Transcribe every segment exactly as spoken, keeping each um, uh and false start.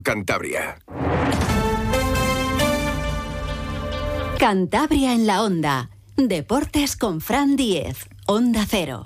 Cantabria. Cantabria en la Onda. Deportes con Fran Diez. Onda Cero.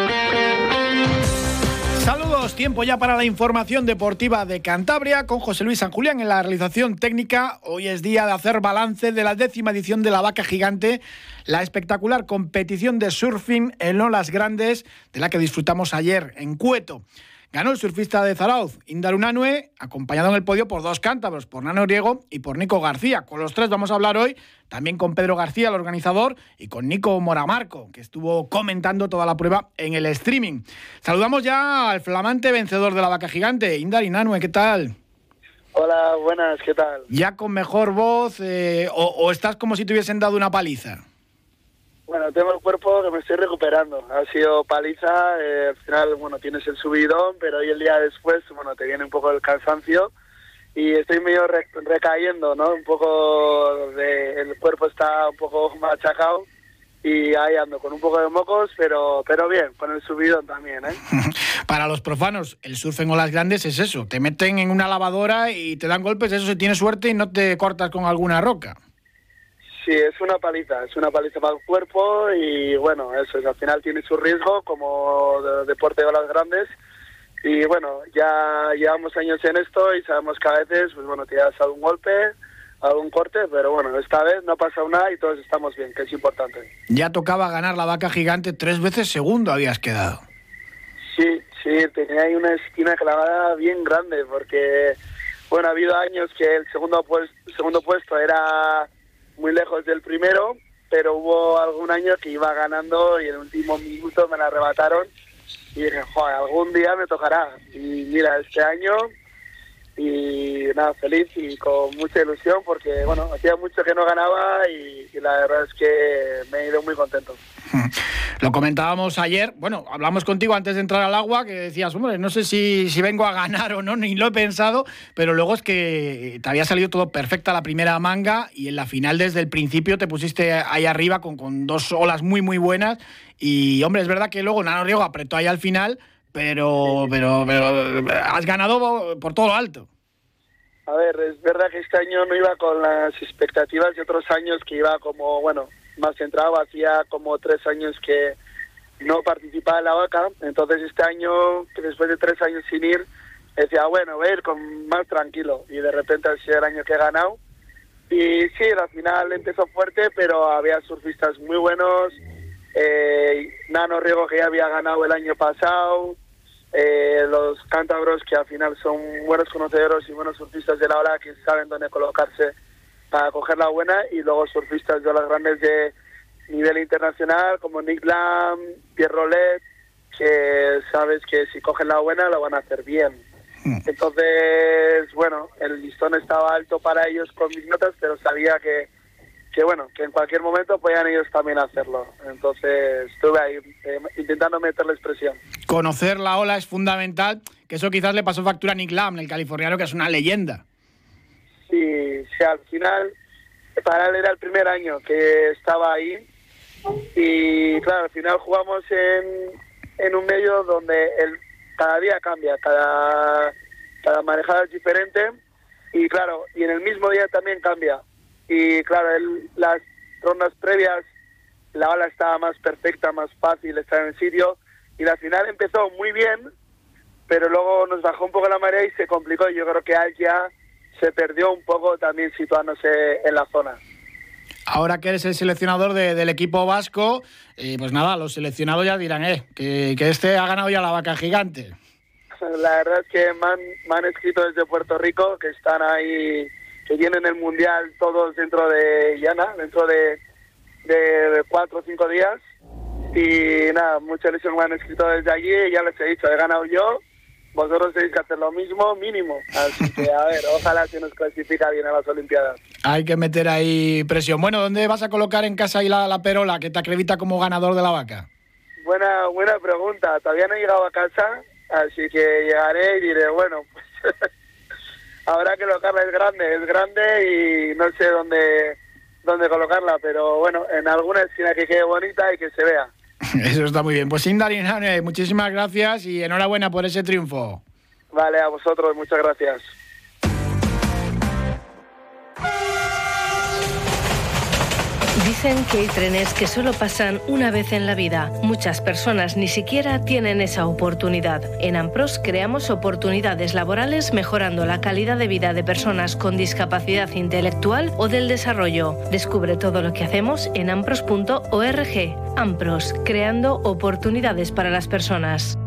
Saludos, tiempo ya para la información deportiva de Cantabria con José Luis San Julián en la realización técnica. Hoy es día de hacer balance de la décima edición de la Vaca Gigante, la espectacular competición de surfing en olas grandes de la que disfrutamos ayer en Cueto. Ganó el surfista de Zarauz, Índar Unanue, acompañado en el podio por dos cántabros, por Nano Riego y por Nico García. Con los tres vamos a hablar hoy, también con Pedro García, el organizador, y con Nico Moramarco, que estuvo comentando toda la prueba en el streaming. Saludamos ya al flamante vencedor de la Vaca Gigante, Índar Unanue, ¿qué tal? Hola, buenas, ¿qué tal? ¿Ya con mejor voz eh, o, o estás como si te hubiesen dado una paliza? Bueno, tengo el cuerpo que me estoy recuperando. Ha sido paliza, eh, al final, bueno, tienes el subidón, pero hoy el día después, bueno, te viene un poco el cansancio y estoy medio re- recayendo, ¿no? Un poco de, el cuerpo está un poco machacado y ahí ando con un poco de mocos, pero pero bien, con el subidón también, ¿eh? Para los profanos, el surf en olas grandes es eso, te meten en una lavadora y te dan golpes, eso si tienes suerte y no te cortas con alguna roca. Sí, es una paliza, es una paliza para el cuerpo y bueno, eso es, al final tiene su riesgo como de, deporte de olas grandes y bueno, ya llevamos años en esto y sabemos que a veces, pues bueno, te das algún golpe, algún corte, pero bueno, esta vez no ha pasado nada y todos estamos bien, que es importante. Ya tocaba ganar la Vaca Gigante, tres veces segundo habías quedado. Sí, sí, tenía ahí una esquina clavada bien grande porque, bueno, ha habido años que el segundo, pues, segundo puesto era muy lejos del primero, pero hubo algún año que iba ganando y en el último minuto me la arrebataron y dije, joder, algún día me tocará. Y mira, este año, y nada, feliz y con mucha ilusión porque, bueno, hacía mucho que no ganaba y, y la verdad es que me he ido muy contento. Lo comentábamos ayer, bueno, hablamos contigo antes de entrar al agua, que decías, hombre, no sé si, si vengo a ganar o no, ni lo he pensado, pero luego es que te había salido todo perfecta la primera manga y en la final desde el principio te pusiste ahí arriba con, con dos olas muy, muy buenas y, hombre, es verdad que luego Nano Riego apretó ahí al final, pero, pero, pero has ganado por todo lo alto. A ver, es verdad que este año no iba con las expectativas de otros años que iba como, bueno, más centrado, hacía como tres años que no participaba en la Vaca, entonces este año, que después de tres años sin ir, decía, bueno, voy a ir con más tranquilo, y de repente ha sido el año que he ganado, y sí, la final empezó fuerte, pero había surfistas muy buenos, eh, Nano Riego que ya había ganado el año pasado, eh, los cántabros que al final son buenos conocedores y buenos surfistas de la ola que saben dónde colocarse para coger la buena, y luego surfistas de olas grandes de nivel internacional como Nick Lam, Pierre Rollet, que sabes que si cogen la buena lo van a hacer bien. Entonces, bueno, el listón estaba alto para ellos con mis notas, pero sabía que, que bueno, que en cualquier momento podían ellos también hacerlo. Entonces estuve ahí eh, intentando meterles presión. Conocer la ola es fundamental, que eso quizás le pasó factura a Nick Lam, el californiano, que es una leyenda. Sí, sí, al final, para él era el primer año que estaba ahí y claro, al final jugamos en, en un medio donde el, cada día cambia, cada, cada manejada es diferente y claro, y en el mismo día también cambia y claro, él, las rondas previas la ola estaba más perfecta, más fácil estar en el sitio y la final empezó muy bien, pero luego nos bajó un poco la marea y se complicó y yo creo que él ya se perdió un poco también situándose en la zona. Ahora que eres el seleccionador de, del equipo vasco, eh, pues nada, los seleccionados ya dirán, eh, que, que este ha ganado ya la Vaca Gigante. La verdad es que me han, me han escrito desde Puerto Rico, que están ahí, que tienen el Mundial todos dentro de Llana, dentro de, de cuatro o cinco días. Y nada, muchas veces me han escrito desde allí y ya les he dicho, he ganado yo, vosotros tenéis que hacer lo mismo, mínimo. Así que, a ver, ojalá se nos clasifica bien a las Olimpiadas. Hay que meter ahí presión. Bueno, ¿dónde vas a colocar en casa ahí la, la perola que te acredita como ganador de la Vaca? Buena buena pregunta. Todavía no he llegado a casa, así que llegaré y diré, bueno, pues habrá que colocarla, es grande, es grande y no sé dónde, dónde colocarla, pero bueno, en alguna esquina que quede bonita y que se vea. Eso está muy bien. Pues Índar Unanue, muchísimas gracias y enhorabuena por ese triunfo. Vale, a vosotros, muchas gracias. Dicen que hay trenes que solo pasan una vez en la vida. Muchas personas ni siquiera tienen esa oportunidad. En Ampros creamos oportunidades laborales mejorando la calidad de vida de personas con discapacidad intelectual o del desarrollo. Descubre todo lo que hacemos en ampros punto org. Ampros, creando oportunidades para las personas.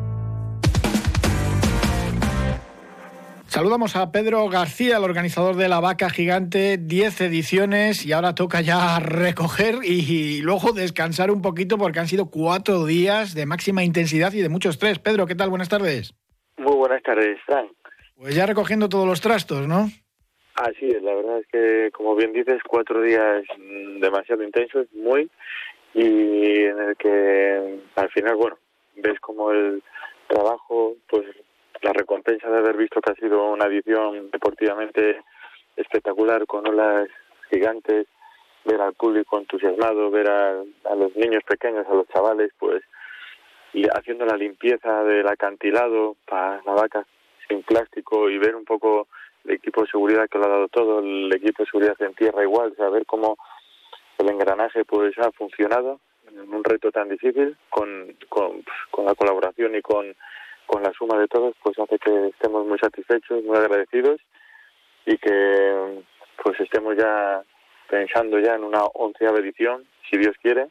Saludamos a Pedro García, el organizador de La Vaca Gigante, diez ediciones, y ahora toca ya recoger y, y luego descansar un poquito porque han sido cuatro días de máxima intensidad y de mucho estrés. Pedro, ¿qué tal? Buenas tardes. Muy buenas tardes, Frank. Pues ya recogiendo todos los trastos, ¿no? Así es, la verdad es que, como bien dices, cuatro días demasiado intensos, muy, y en el que al final, bueno, ves como el trabajo, pues la recompensa de haber visto que ha sido una edición deportivamente espectacular, con olas gigantes, ver al público entusiasmado, ver a, a los niños pequeños, a los chavales, pues y haciendo la limpieza del acantilado para la vaca sin plástico, y ver un poco el equipo de seguridad que lo ha dado todo, el equipo de seguridad en tierra igual, saber cómo el engranaje pues ha funcionado en un reto tan difícil, con, con, con la colaboración y con con la suma de todos, pues hace que estemos muy satisfechos, muy agradecidos, y que pues estemos ya pensando ya en una onceava edición, si Dios quiere,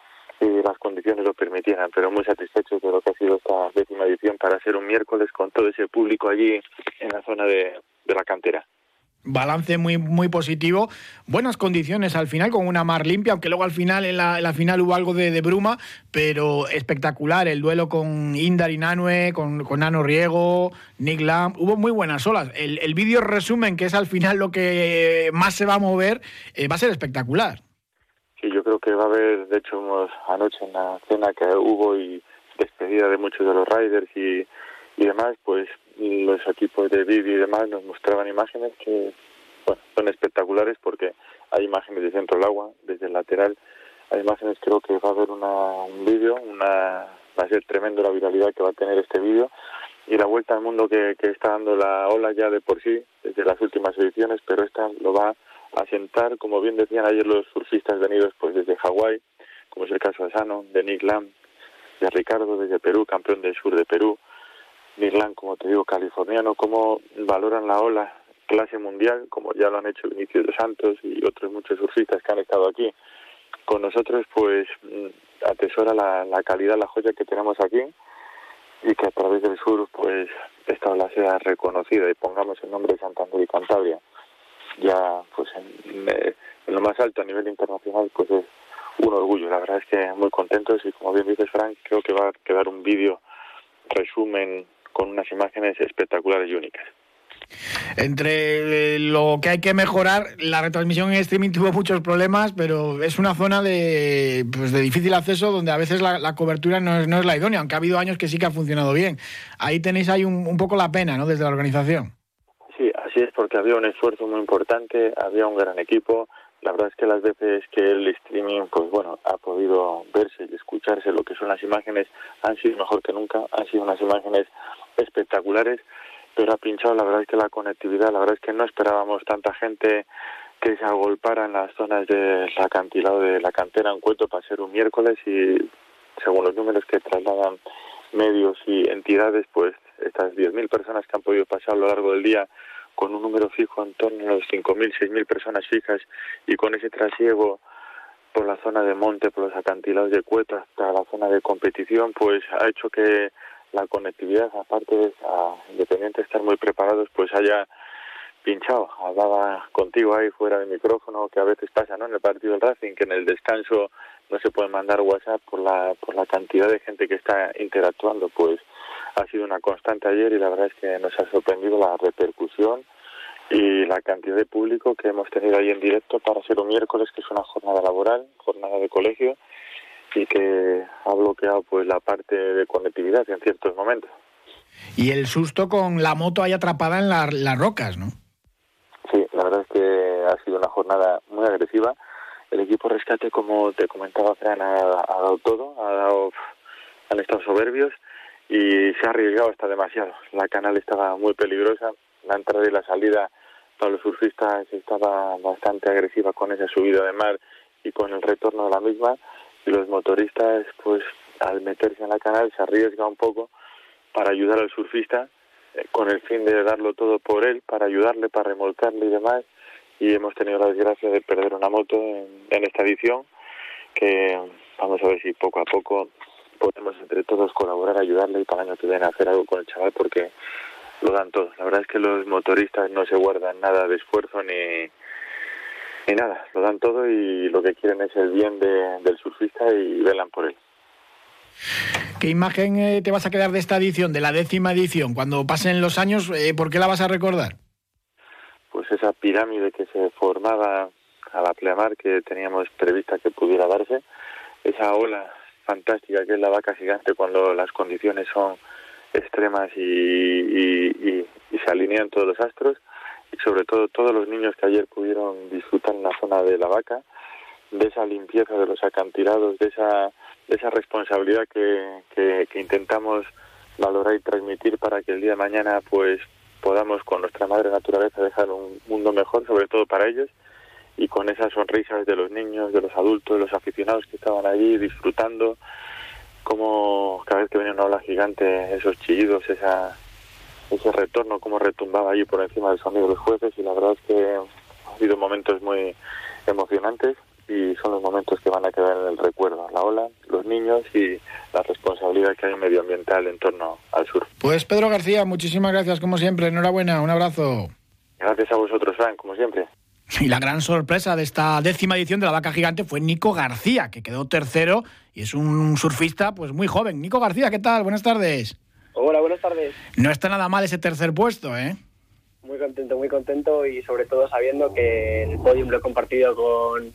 y las condiciones lo permitieran, pero muy satisfechos de lo que ha sido esta décima edición para ser un miércoles con todo ese público allí en la zona de, de la cantera. Balance muy muy positivo, buenas condiciones al final, con una mar limpia, aunque luego al final en la, en la final hubo algo de, de bruma, pero espectacular el duelo con Indar y Nanue, con, con Nano Riego, Nick Lamb, hubo muy buenas olas. El, el vídeo resumen, que es al final lo que más se va a mover, eh, va a ser espectacular. Sí, yo creo que va a haber, de hecho, hemos, anoche en la cena que hubo y despedida de muchos de los riders y, y demás, pues los equipos de vídeo y demás nos mostraban imágenes que, bueno, son espectaculares, porque hay imágenes de centro del agua, desde el lateral, hay imágenes. Creo que va a haber una, un vídeo, una va a ser tremendo la viralidad que va a tener este vídeo, y la vuelta al mundo que, que está dando la ola ya de por sí, desde las últimas ediciones, pero esta lo va a sentar, como bien decían ayer los surfistas venidos pues desde Hawái, como es el caso de Sano, de Nick Lamb, de Ricardo desde Perú, campeón del sur de Perú, Nick Lamb, como te digo, californiano, cómo valoran la ola clase mundial, como ya lo han hecho Vinicius dos Santos y otros muchos surfistas que han estado aquí con nosotros, pues atesora la, la calidad, la joya que tenemos aquí, y que a través del sur pues esta ola sea reconocida y pongamos el nombre de Santander y Cantabria ya pues en, en lo más alto a nivel internacional, pues es un orgullo. La verdad es que muy contentos, y como bien dices, Frank, creo que va a quedar un vídeo resumen con unas imágenes espectaculares y únicas. Entre lo que hay que mejorar, la retransmisión en streaming tuvo muchos problemas, pero es una zona de, pues de difícil acceso, donde a veces la, la cobertura no es, no es la idónea, aunque ha habido años que sí que ha funcionado bien. Ahí tenéis ahí un, un poco la pena, ¿no?, desde la organización. Sí, así es, porque había un esfuerzo muy importante, había un gran equipo. La verdad es que las veces que el streaming, pues bueno, ha podido verse y escucharse lo que son las imágenes, han sido mejor que nunca, han sido unas imágenes espectaculares, pero ha pinchado. La verdad es que la conectividad, la verdad es que no esperábamos tanta gente que se agolpara en las zonas del acantilado de la cantera en Cueto para ser un miércoles, y según los números que trasladan medios y entidades, pues estas diez mil personas que han podido pasar a lo largo del día, con un número fijo en torno a los cinco mil, seis mil personas fijas, y con ese trasiego por la zona de monte, por los acantilados de Cueto hasta la zona de competición, pues ha hecho que la conectividad, aparte de a, independiente de estar muy preparados, pues haya pinchado. Hablaba contigo ahí fuera del micrófono que a veces pasa, ¿no?, en el partido del Racing, que en el descanso no se puede mandar WhatsApp por la por la cantidad de gente que está interactuando. Pues ha sido una constante ayer, y la verdad es que nos ha sorprendido la repercusión y la cantidad de público que hemos tenido ahí en directo para ser un miércoles, que es una jornada laboral, jornada de colegio, y que ha bloqueado pues la parte de conectividad en ciertos momentos. Y el susto con la moto ahí atrapada en la, las rocas, ¿no? Sí, la verdad es que ha sido una jornada muy agresiva. El equipo rescate, como te comentaba Fran, ha, ha dado todo, ha dado, han estado soberbios y se ha arriesgado hasta demasiado. La canal estaba muy peligrosa, la entrada y la salida para los surfistas estaba bastante agresiva con esa subida de mar y con el retorno de la misma, y los motoristas, pues al meterse en la canal se arriesga un poco para ayudar al surfista, eh, con el fin de darlo todo por él, para ayudarle, para remolcarle y demás, y hemos tenido la desgracia de perder una moto en, en esta edición, que vamos a ver si poco a poco podemos entre todos colaborar, ayudarle y para el año que viene hacer algo con el chaval, porque lo dan todo. La verdad es que los motoristas no se guardan nada de esfuerzo ni, ni nada, lo dan todo y lo que quieren es el bien de, del surfista y velan por él. ¿Qué imagen eh, te vas a quedar de esta edición, de la décima edición? Cuando pasen los años, eh, ¿por qué la vas a recordar? Pues esa pirámide que se formaba a la pleamar, que teníamos prevista que pudiera darse, esa ola fantástica que es la vaca gigante cuando las condiciones son extremas y, y, y, y se alinean todos los astros, y sobre todo todos los niños que ayer pudieron disfrutar en la zona de la vaca, de esa limpieza de los acantilados, de esa de esa responsabilidad que, que, que intentamos valorar y transmitir para que el día de mañana pues podamos con nuestra madre naturaleza dejar un mundo mejor, sobre todo para ellos, y con esas sonrisas de los niños, de los adultos, de los aficionados que estaban allí disfrutando, como cada vez que venía una ola gigante, esos chillidos, esa ese retorno, como retumbaba allí por encima del sonido de los jueces, y la verdad es que ha habido momentos muy emocionantes y son los momentos que van a quedar en el recuerdo, la ola, los niños y la responsabilidad que hay medioambiental en torno al sur. Pues Pedro García, muchísimas gracias como siempre, enhorabuena, un abrazo. Gracias a vosotros, Frank, como siempre. Y la gran sorpresa de esta décima edición de la Vaca Gigante fue Nico García, que quedó tercero y es un surfista pues muy joven. Nico García, ¿qué tal? Buenas tardes. Hola, buenas tardes. No está nada mal ese tercer puesto, ¿eh? Muy contento, muy contento y sobre todo sabiendo que el podium lo he compartido con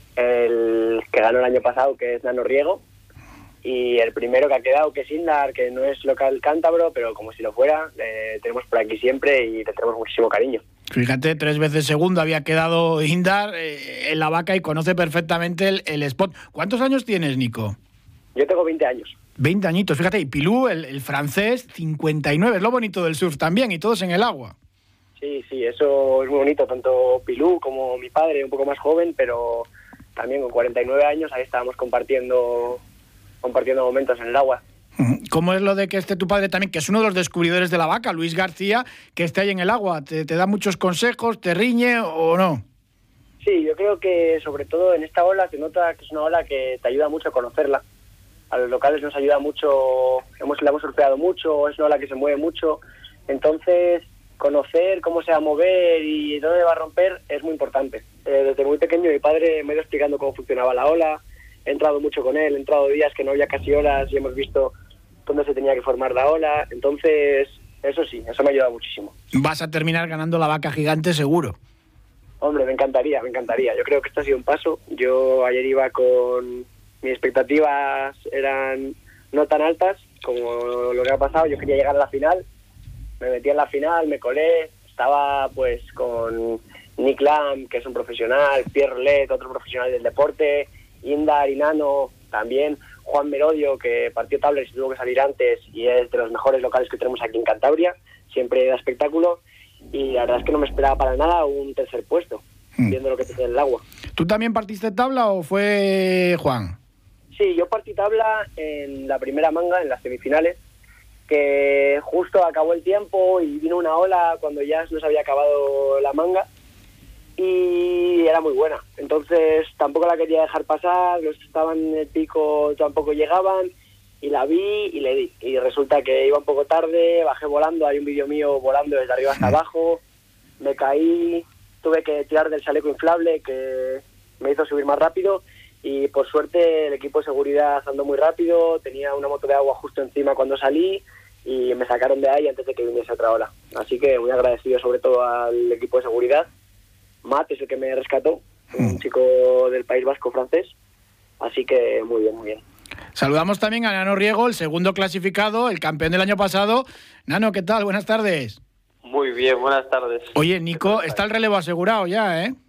el que ganó el año pasado, que es Nano Riego, y el primero que ha quedado, que es Indar, que no es local cántabro, pero como si lo fuera, le tenemos por aquí siempre y le tenemos muchísimo cariño. Fíjate, tres veces segundo había quedado Indar eh, en la vaca y conoce perfectamente el, el spot. ¿Cuántos años tienes, Nico? Yo tengo veinte años. veinte añitos, fíjate, y Pilú, el, el francés, cincuenta y nueve, es lo bonito del surf también, y todos en el agua. Sí, sí, eso es muy bonito, tanto Pilú como mi padre, un poco más joven, pero también con cuarenta y nueve años, ahí estábamos compartiendo compartiendo momentos en el agua. ¿Cómo es lo de que esté tu padre también, que es uno de los descubridores de la vaca, Luis García, que esté ahí en el agua? ¿Te, te da muchos consejos, te riñe o no? Sí, yo creo que sobre todo en esta ola se nota que es una ola que te ayuda mucho a conocerla. A los locales nos ayuda mucho, hemos, la hemos surfeado mucho, es una ola que se mueve mucho, entonces conocer cómo se va a mover y dónde va a romper es muy importante. Eh, desde muy pequeño mi padre me ha ido explicando cómo funcionaba la ola, he entrado mucho con él, he entrado días que no había casi olas y hemos visto dónde se tenía que formar la ola, entonces eso sí, eso me ha ayudado muchísimo. Vas a terminar ganando la Vaca Gigante seguro. Hombre, me encantaría, me encantaría. Yo creo que esto ha sido un paso. Yo ayer iba con... mis expectativas eran no tan altas como lo que ha pasado. Yo quería llegar a la final, me metí en la final, me colé, estaba pues con Nick Lam, que es un profesional, Pierre Rolet, otro profesional del deporte, Indar y Nano también, Juan Merodio, que partió tablas y tuvo que salir antes y es de los mejores locales que tenemos aquí en Cantabria, siempre da espectáculo, y la verdad es que no me esperaba para nada un tercer puesto, hmm. viendo lo que tenía en el agua. ¿Tú también partiste tabla o fue Juan? Sí, yo partí tabla en la primera manga, en las semifinales, que justo acabó el tiempo y vino una ola cuando ya no se había acabado la manga y era muy buena. Entonces tampoco la quería dejar pasar, los que estaban en el pico tampoco llegaban y la vi y le di. Y resulta que iba un poco tarde, bajé volando, hay un vídeo mío volando desde arriba hasta abajo, me caí, tuve que tirar del chaleco inflable que me hizo subir más rápido. Y por suerte el equipo de seguridad andó muy rápido, tenía una moto de agua justo encima cuando salí y me sacaron de ahí antes de que viniese otra ola. Así que muy agradecido sobre todo al equipo de seguridad. Matt es el que me rescató, un chico del País Vasco francés. Así que muy bien, muy bien. Saludamos también a Nano Riego, el segundo clasificado, el campeón del año pasado. Nano, ¿qué tal? Buenas tardes. Muy bien, buenas tardes. Oye, Nico, está el relevo asegurado ya, ¿eh?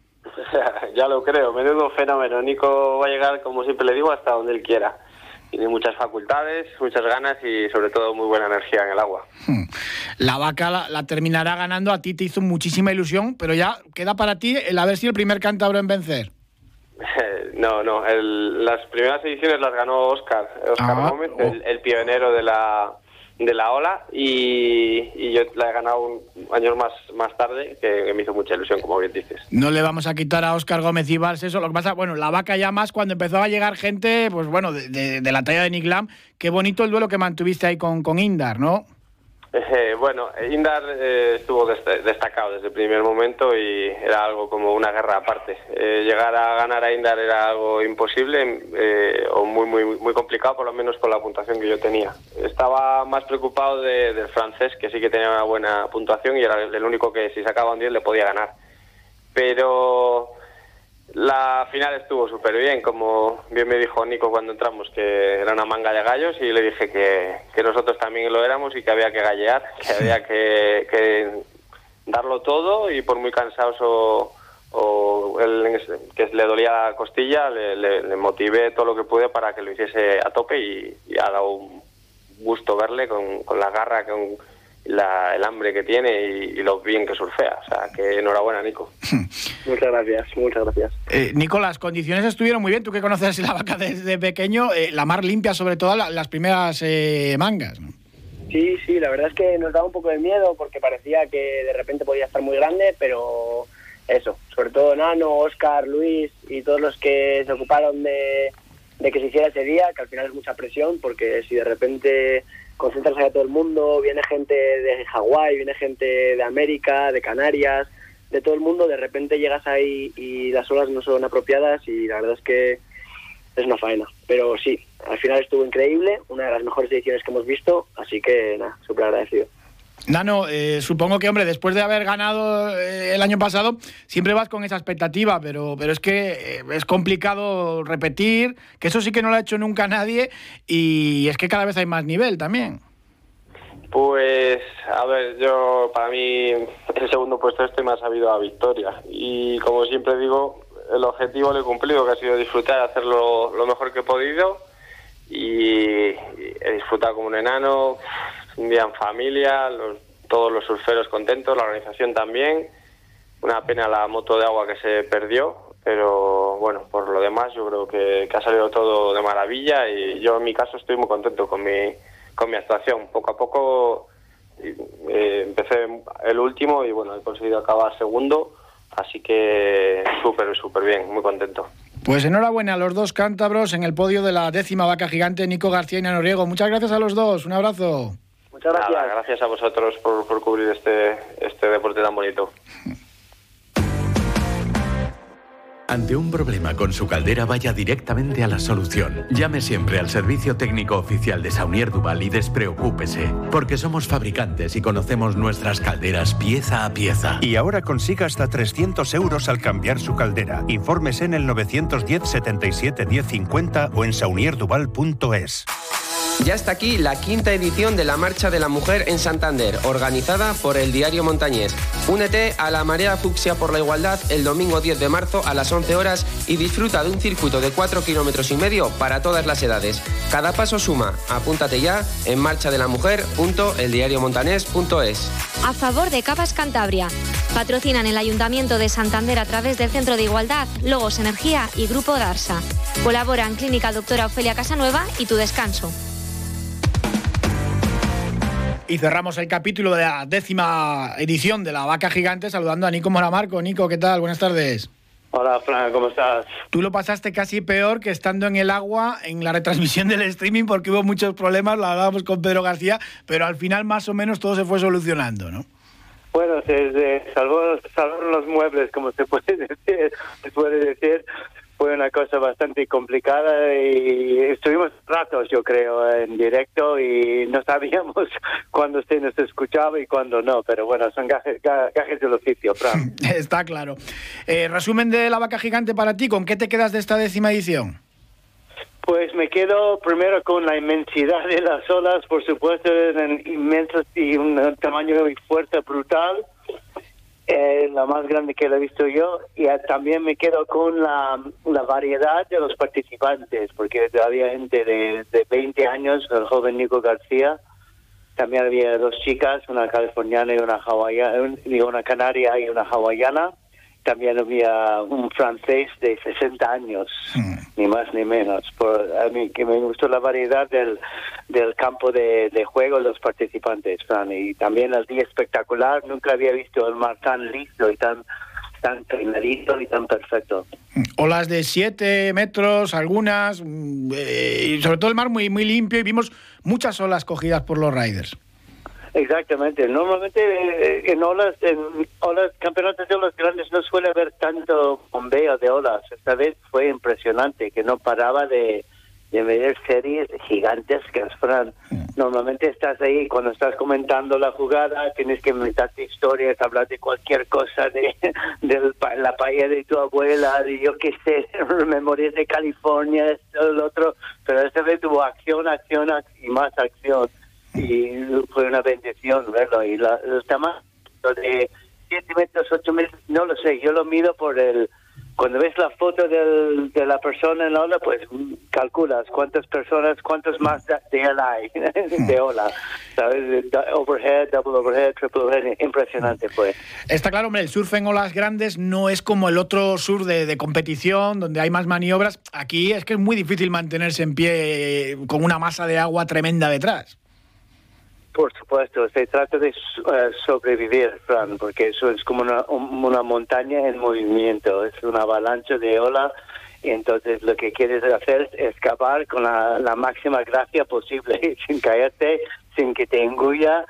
Ya lo creo, menudo fenómeno. Nico va a llegar, como siempre le digo, hasta donde él quiera. Tiene muchas facultades, muchas ganas y sobre todo muy buena energía en el agua. La vaca la, la terminará ganando, a ti te hizo muchísima ilusión, pero ya queda para ti el haber sido el primer cántabro en vencer. No, no, el, las primeras ediciones las ganó Óscar, Óscar ah, Gómez, oh. el, el pionero de la de la ola, y, y yo la he ganado un, años más más tarde, que, que me hizo mucha ilusión, como bien dices. No le vamos a quitar a Óscar Gómez y Valls eso. Lo que pasa, bueno, la vaca ya más cuando empezó a llegar gente, pues bueno, de, de, de la talla de Nick Lam. Qué bonito el duelo que mantuviste ahí con, con Indar, ¿no? Eh, bueno, Indar eh, estuvo dest destacado desde el primer momento y era algo como una guerra aparte. Eh, llegar a ganar a Indar era algo imposible eh, o muy, muy, muy complicado, por lo menos con la puntuación que yo tenía. Estaba más preocupado de, del francés, que sí que tenía una buena puntuación y era el único que si sacaba un diez le podía ganar. Pero la final estuvo súper bien, como bien me dijo Nico cuando entramos, que era una manga de gallos, y le dije que, que nosotros también lo éramos y que había que gallear, que había que, que darlo todo, y por muy cansados o, o el, que le dolía la costilla, le, le, le motivé todo lo que pude para que lo hiciese a tope, y, y ha dado un gusto verle con, con la garra, con la, el hambre que tiene y, y lo bien que surfea. O sea, que enhorabuena, Nico. Muchas gracias, muchas gracias. Eh, Nico, las condiciones estuvieron muy bien. Tú que conoces la vaca desde pequeño, eh, la mar limpia, sobre todo la, las primeras eh, mangas, ¿no? Sí, sí, la verdad es que nos daba un poco de miedo porque parecía que de repente podía estar muy grande, pero eso, sobre todo Nano, Óscar, Luis y todos los que se ocuparon de, de que se hiciera ese día, que al final es mucha presión, porque si de repente concentras a todo el mundo, viene gente de Hawái, viene gente de América, de Canarias, de todo el mundo, de repente llegas ahí y las olas no son apropiadas y la verdad es que es una faena. Pero sí, al final estuvo increíble, una de las mejores ediciones que hemos visto, así que nada, súper agradecido. Nano, eh, supongo que, hombre, después de haber ganado eh, el año pasado, siempre vas con esa expectativa, pero, pero es que eh, es complicado repetir, que eso sí que no lo ha hecho nunca nadie, y es que cada vez hay más nivel también. Pues, a ver, yo, para mí, el segundo puesto este me ha sabido a victoria, y como siempre digo, el objetivo lo he cumplido, que ha sido disfrutar, hacerlo lo mejor que he podido, y he disfrutado como un enano, un día en familia, los, todos los surferos contentos, la organización también. Una pena la moto de agua que se perdió, pero bueno, por lo demás yo creo que, que ha salido todo de maravilla, y yo en mi caso estoy muy contento con mi, con mi actuación. Poco a poco eh, empecé el último y bueno, he conseguido acabar segundo, así que súper, súper bien, muy contento. Pues enhorabuena a los dos cántabros en el podio de la décima vaca gigante, Nico García y Nano Riego. Muchas gracias a los dos, un abrazo. Muchas gracias. Nada, gracias a vosotros por, por cubrir este, este deporte tan bonito. Ante un problema con su caldera, vaya directamente a la solución. Llame siempre al servicio técnico oficial de Saunier Duval y despreocúpese, porque somos fabricantes y conocemos nuestras calderas pieza a pieza. Y ahora consiga hasta trescientos euros al cambiar su caldera. Infórmese en el novecientos diez, setenta y siete, diez cincuenta o en saunier duval punto es. Ya está aquí la quinta edición de la Marcha de la Mujer en Santander, organizada por el Diario Montañés. Únete a la Marea Fucsia por la Igualdad el domingo diez de marzo a las once horas y disfruta de un circuito de cuatro kilómetros y medio para todas las edades. Cada paso suma. Apúntate ya en marchadelamujer punto el diario montanés punto es. A favor de Cavas Cantabria. Patrocinan el Ayuntamiento de Santander a través del Centro de Igualdad, Logos Energía y Grupo Darsa. Colaboran Clínica Doctora Ofelia Casanueva y Tu Descanso. Y cerramos el capítulo de la décima edición de la Vaca Gigante saludando a Nico Moramarco. Nico, ¿qué tal? Buenas tardes. Hola, Fran, ¿cómo estás? Tú lo pasaste casi peor que estando en el agua en la retransmisión del streaming porque hubo muchos problemas, lo hablábamos con Pedro García, pero al final más o menos todo se fue solucionando, ¿no? Bueno, se, se salvó, salvaron los muebles, como se puede decir, se puede decir. Fue una cosa bastante complicada y estuvimos ratos, yo creo, en directo y no sabíamos cuándo se nos escuchaba y cuándo no, pero bueno, son gajes, gajes del oficio, Fran. Está claro. Eh, resumen de la Vaca Gigante para ti, ¿con qué te quedas de esta décima edición? Pues me quedo primero con la inmensidad de las olas, por supuesto, eran inmensas y un tamaño y fuerza brutal. Eh, la más grande que lo he visto yo, y también me quedo con la, la variedad de los participantes, porque había gente de, de veinte años, el joven Nico García, también había dos chicas, una californiana y una hawaiana, una canaria y una hawaiana, también había un francés de sesenta años, mm. ni más ni menos. Por, a mí que me gustó la variedad del, del campo de, de juego de los participantes, Fran, y también el día espectacular. Nunca había visto el mar tan listo y tan tan peinadito y tan perfecto. Olas de siete metros, algunas, eh, y sobre todo el mar muy muy limpio, y vimos muchas olas cogidas por los riders. Exactamente. Normalmente eh, en olas, en olas, campeonatos de olas grandes no suele haber tanto bombeo de olas. Esta vez fue impresionante, que no paraba de, de ver series gigantescas, Fran. Normalmente estás ahí, cuando estás comentando la jugada, tienes que inventarte historias, hablar de cualquier cosa, de, de la paella de tu abuela, de yo qué sé, memorias de California, esto, lo otro. Pero esta vez tuvo acción, acción y más acción. Y fue una bendición verlo. Y la, el tamaño de siete metros, ocho metros, no lo sé, yo lo mido por el... Cuando ves la foto del, de la persona en la ola, pues calculas cuántas personas, cuántos más de ola hay, de ola, ¿sabes? Overhead, double overhead, triple overhead, impresionante fue. Está claro, hombre, el surf en olas grandes no es como el otro surf de, de competición, donde hay más maniobras. Aquí es que es muy difícil mantenerse en pie con una masa de agua tremenda detrás. Por supuesto, se trata de uh, sobrevivir, Fran, porque eso es como una, una montaña en movimiento, es una avalancha de ola, y entonces lo que quieres hacer es escapar con la, la máxima gracia posible, sin caerte, sin que te engulla,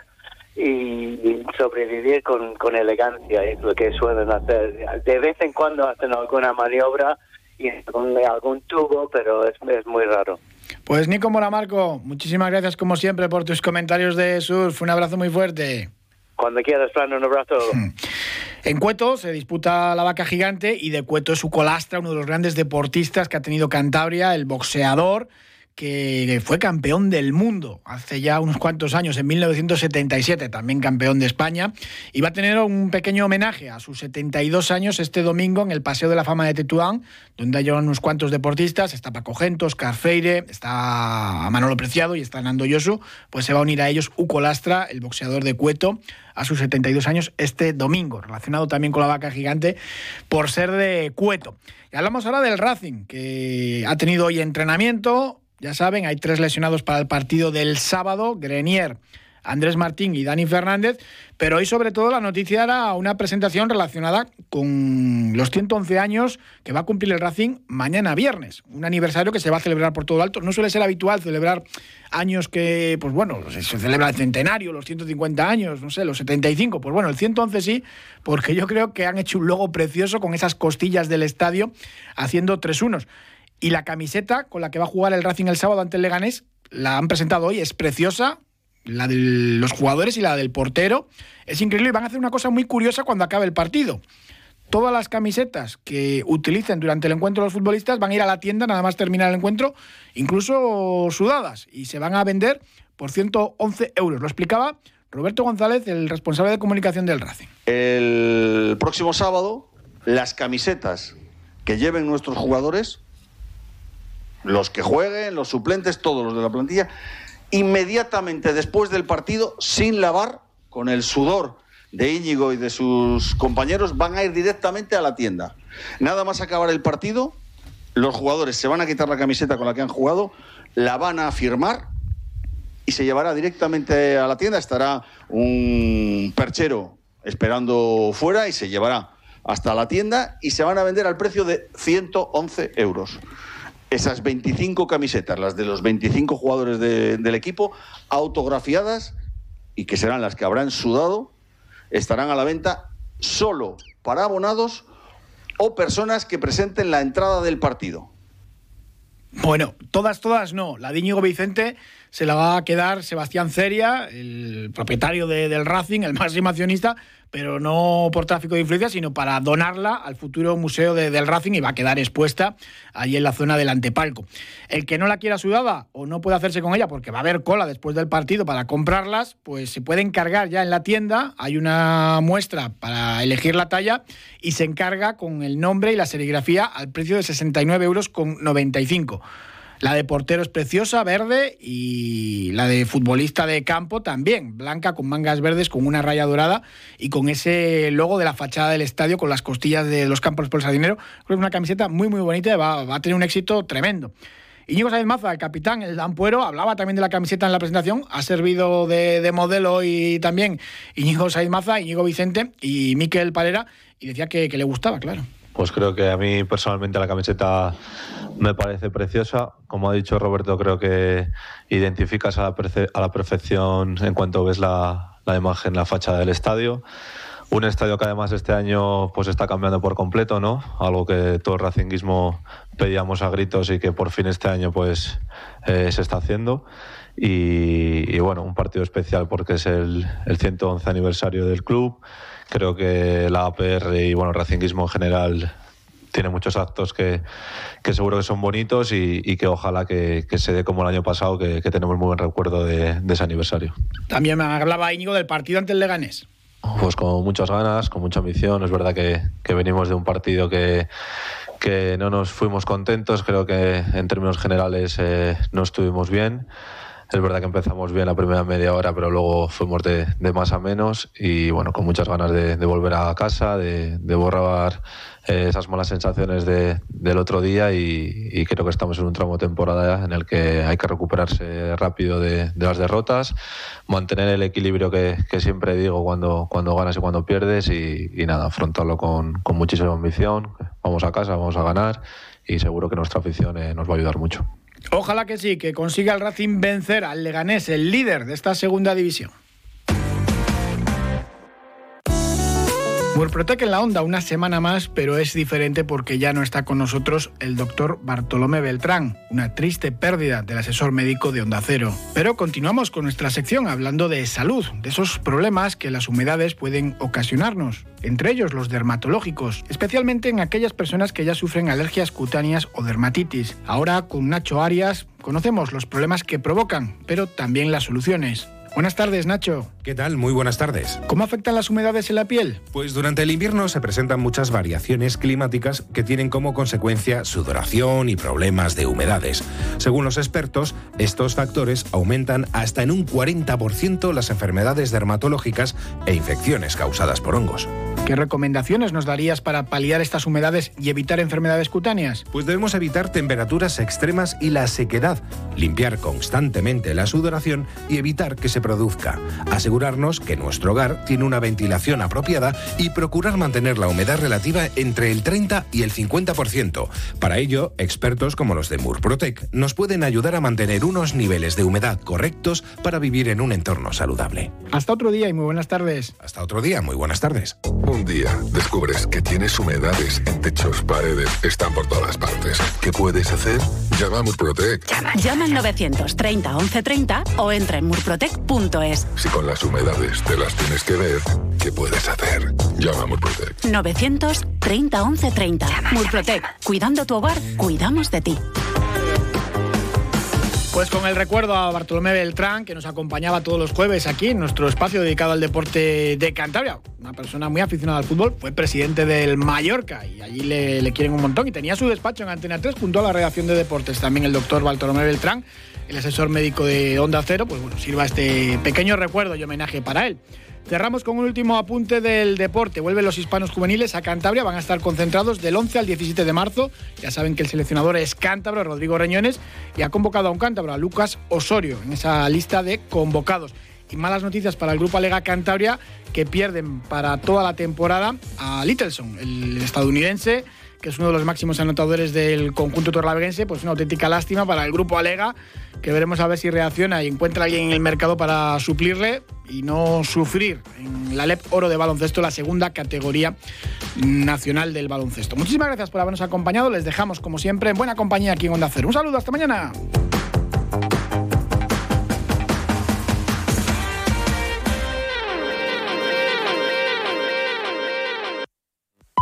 y sobrevivir con, con elegancia, es lo que suelen hacer. De vez en cuando hacen alguna maniobra y algún, algún tubo, pero es, es muy raro. Pues Nico Moramarco, muchísimas gracias como siempre por tus comentarios de surf. Un abrazo muy fuerte. Cuando quieras, Fran, un abrazo. En Cueto se disputa la vaca gigante y de Cueto es Uco Lastra, uno de los grandes deportistas que ha tenido Cantabria, el boxeador que fue campeón del mundo hace ya unos cuantos años, en mil novecientos setenta y siete, también campeón de España, y va a tener un pequeño homenaje a sus setenta y dos años este domingo en el Paseo de la Fama de Tetuán, donde hay unos cuantos deportistas, está Paco Gento, Óscar Freire, está Manolo Preciado y está Nando Yosu. Pues se va a unir a ellos Uco Lastra, el boxeador de Cueto, a sus setenta y dos años este domingo, relacionado también con la vaca gigante por ser de Cueto. Y hablamos ahora del Racing, que ha tenido hoy entrenamiento. Ya saben, hay tres lesionados para el partido del sábado, Grenier, Andrés Martín y Dani Fernández, pero hoy sobre todo la noticia era una presentación relacionada con los ciento once años que va a cumplir el Racing mañana viernes, un aniversario que se va a celebrar por todo lo alto. No suele ser habitual celebrar años que, pues bueno, se celebra el centenario, los ciento cincuenta años, no sé, los setenta y cinco, pues bueno, el ciento once sí, porque yo creo que han hecho un logo precioso con esas costillas del estadio haciendo tres unos. Y la camiseta con la que va a jugar el Racing el sábado ante el Leganés, la han presentado hoy, es preciosa, la de los jugadores y la del portero. Es increíble y van a hacer una cosa muy curiosa cuando acabe el partido. Todas las camisetas que utilicen durante el encuentro los futbolistas van a ir a la tienda nada más terminar el encuentro, incluso sudadas, y se van a vender por ciento once euros. Lo explicaba Roberto González, el responsable de comunicación del Racing. El próximo sábado, las camisetas que lleven nuestros jugadores, los que jueguen, los suplentes, todos los de la plantilla, inmediatamente después del partido, sin lavar, con el sudor de Íñigo y de sus compañeros, van a ir directamente a la tienda. Nada más acabar el partido, los jugadores se van a quitar la camiseta con la que han jugado, la van a firmar y se llevará directamente a la tienda. Estará un perchero esperando fuera y se llevará hasta la tienda y se van a vender al precio de ciento once euros. Esas veinticinco camisetas, las de los veinticinco jugadores de, del equipo, autografiadas y que serán las que habrán sudado, estarán a la venta solo para abonados o personas que presenten la entrada del partido. Bueno, todas, todas no. La de Íñigo Vicente se la va a quedar Sebastián Ceria, el propietario de, del Racing, el máximo accionista, pero no por tráfico de influencia, sino para donarla al futuro museo de, del Racing, y va a quedar expuesta allí en la zona del antepalco. El que no la quiera sudada o no puede hacerse con ella porque va a haber cola después del partido para comprarlas, pues se puede encargar ya en la tienda. Hay una muestra para elegir la talla y se encarga con el nombre y la serigrafía al precio de sesenta y nueve euros con noventa y cinco. La de portero es preciosa, verde, y la de futbolista de campo también, blanca con mangas verdes, con una raya dorada y con ese logo de la fachada del estadio con las costillas de los Campos por el Sardinero. Creo que es una camiseta muy muy bonita y va, va a tener un éxito tremendo. Íñigo Sáenz Maza, el capitán, el Ampuero, hablaba también de la camiseta en la presentación, ha servido de, de modelo y también Íñigo Sáenz Maza, Íñigo Vicente y Mikel Parera, y decía que, que le gustaba, claro. Pues creo que a mí personalmente la camiseta me parece preciosa. Como ha dicho Roberto, creo que identificas a la, perce- a la perfección en cuanto ves la, la imagen, la fachada del estadio. Un estadio que además este año pues está cambiando por completo, ¿no? Algo que todo el racinguismo pedíamos a gritos y que por fin este año pues eh, se está haciendo. Y, y bueno, un partido especial porque es el, el ciento once aniversario del club. Creo que la A P R y bueno, el racinguismo en general tiene muchos actos que, que seguro que son bonitos y, y que ojalá que, que se dé como el año pasado, que, que tenemos muy buen recuerdo de, de ese aniversario. También me hablaba Íñigo del partido ante el Leganés. Pues con muchas ganas, con mucha ambición. Es verdad que, que venimos de un partido que, que no nos fuimos contentos. Creo que en términos generales eh, no estuvimos bien. Es verdad que empezamos bien la primera media hora, pero luego fuimos de, de más a menos y bueno, con muchas ganas de, de volver a casa, de, de borrar eh, esas malas sensaciones de, del otro día y, y creo que estamos en un tramo de temporada en el que hay que recuperarse rápido de, de las derrotas, mantener el equilibrio que, que siempre digo cuando, cuando ganas y cuando pierdes y, y nada, afrontarlo con, con muchísima ambición. Vamos a casa, vamos a ganar y seguro que nuestra afición eh, nos va a ayudar mucho. Ojalá que sí, que consiga el Racing vencer al Leganés, el líder de esta segunda división. Murprotec en la onda una semana más, pero es diferente porque ya no está con nosotros el doctor Bartolomé Beltrán, una triste pérdida del asesor médico de Onda Cero. Pero continuamos con nuestra sección hablando de salud, de esos problemas que las humedades pueden ocasionarnos, entre ellos los dermatológicos, especialmente en aquellas personas que ya sufren alergias cutáneas o dermatitis. Ahora con Nacho Arias conocemos los problemas que provocan, pero también las soluciones. Buenas tardes, Nacho. ¿Qué tal? Muy buenas tardes. ¿Cómo afectan las humedades en la piel? Pues durante el invierno se presentan muchas variaciones climáticas que tienen como consecuencia sudoración y problemas de humedades. Según los expertos, estos factores aumentan hasta en un cuarenta por ciento las enfermedades dermatológicas e infecciones causadas por hongos. ¿Qué recomendaciones nos darías para paliar estas humedades y evitar enfermedades cutáneas? Pues debemos evitar temperaturas extremas y la sequedad, limpiar constantemente la sudoración y evitar que se produzca, asegurarnos que nuestro hogar tiene una ventilación apropiada y procurar mantener la humedad relativa entre el treinta y el cincuenta por ciento. Para ello, expertos como los de Murprotec nos pueden ayudar a mantener unos niveles de humedad correctos para vivir en un entorno saludable. Hasta otro día y muy buenas tardes. Hasta otro día, muy buenas tardes. Un día descubres que tienes humedades en techos, paredes, están por todas partes. ¿Qué puedes hacer? Llama a Murprotec. Llama, llama al novecientos treinta once treinta o entra en murprotec punto es. Si con las humedades te las tienes que ver, ¿qué puedes hacer? Llama a Murprotec. novecientos treinta once treinta. Llama, Murprotec. llama, llama. Cuidando tu hogar, cuidamos de ti. Pues con el recuerdo a Bartolomé Beltrán, que nos acompañaba todos los jueves aquí en nuestro espacio dedicado al deporte de Cantabria. Una persona muy aficionada al fútbol, fue presidente del Mallorca y allí le, le quieren un montón. Y tenía su despacho en Antena tres junto a la redacción de deportes. También el doctor Bartolomé Beltrán, el asesor médico de Onda Cero, pues bueno, sirva este pequeño recuerdo y homenaje para él. Cerramos con un último apunte del deporte. Vuelven los hispanos juveniles a Cantabria, van a estar concentrados del once al diecisiete de marzo. Ya saben que el seleccionador es cántabro, Rodrigo Reñones, y ha convocado a un cántabro, a Lucas Osorio, en esa lista de convocados. Y malas noticias para el Grupo Alega Cantabria, que pierden para toda la temporada a Littleson, el estadounidense, que es uno de los máximos anotadores del conjunto torlaveguense. Pues una auténtica lástima para el Grupo Alega, que veremos a ver si reacciona y encuentra a alguien en el mercado para suplirle y no sufrir en la L E P Oro de baloncesto, la segunda categoría nacional del baloncesto. Muchísimas gracias por habernos acompañado. Les dejamos, como siempre, en buena compañía aquí en Onda Cero. Un saludo, hasta mañana.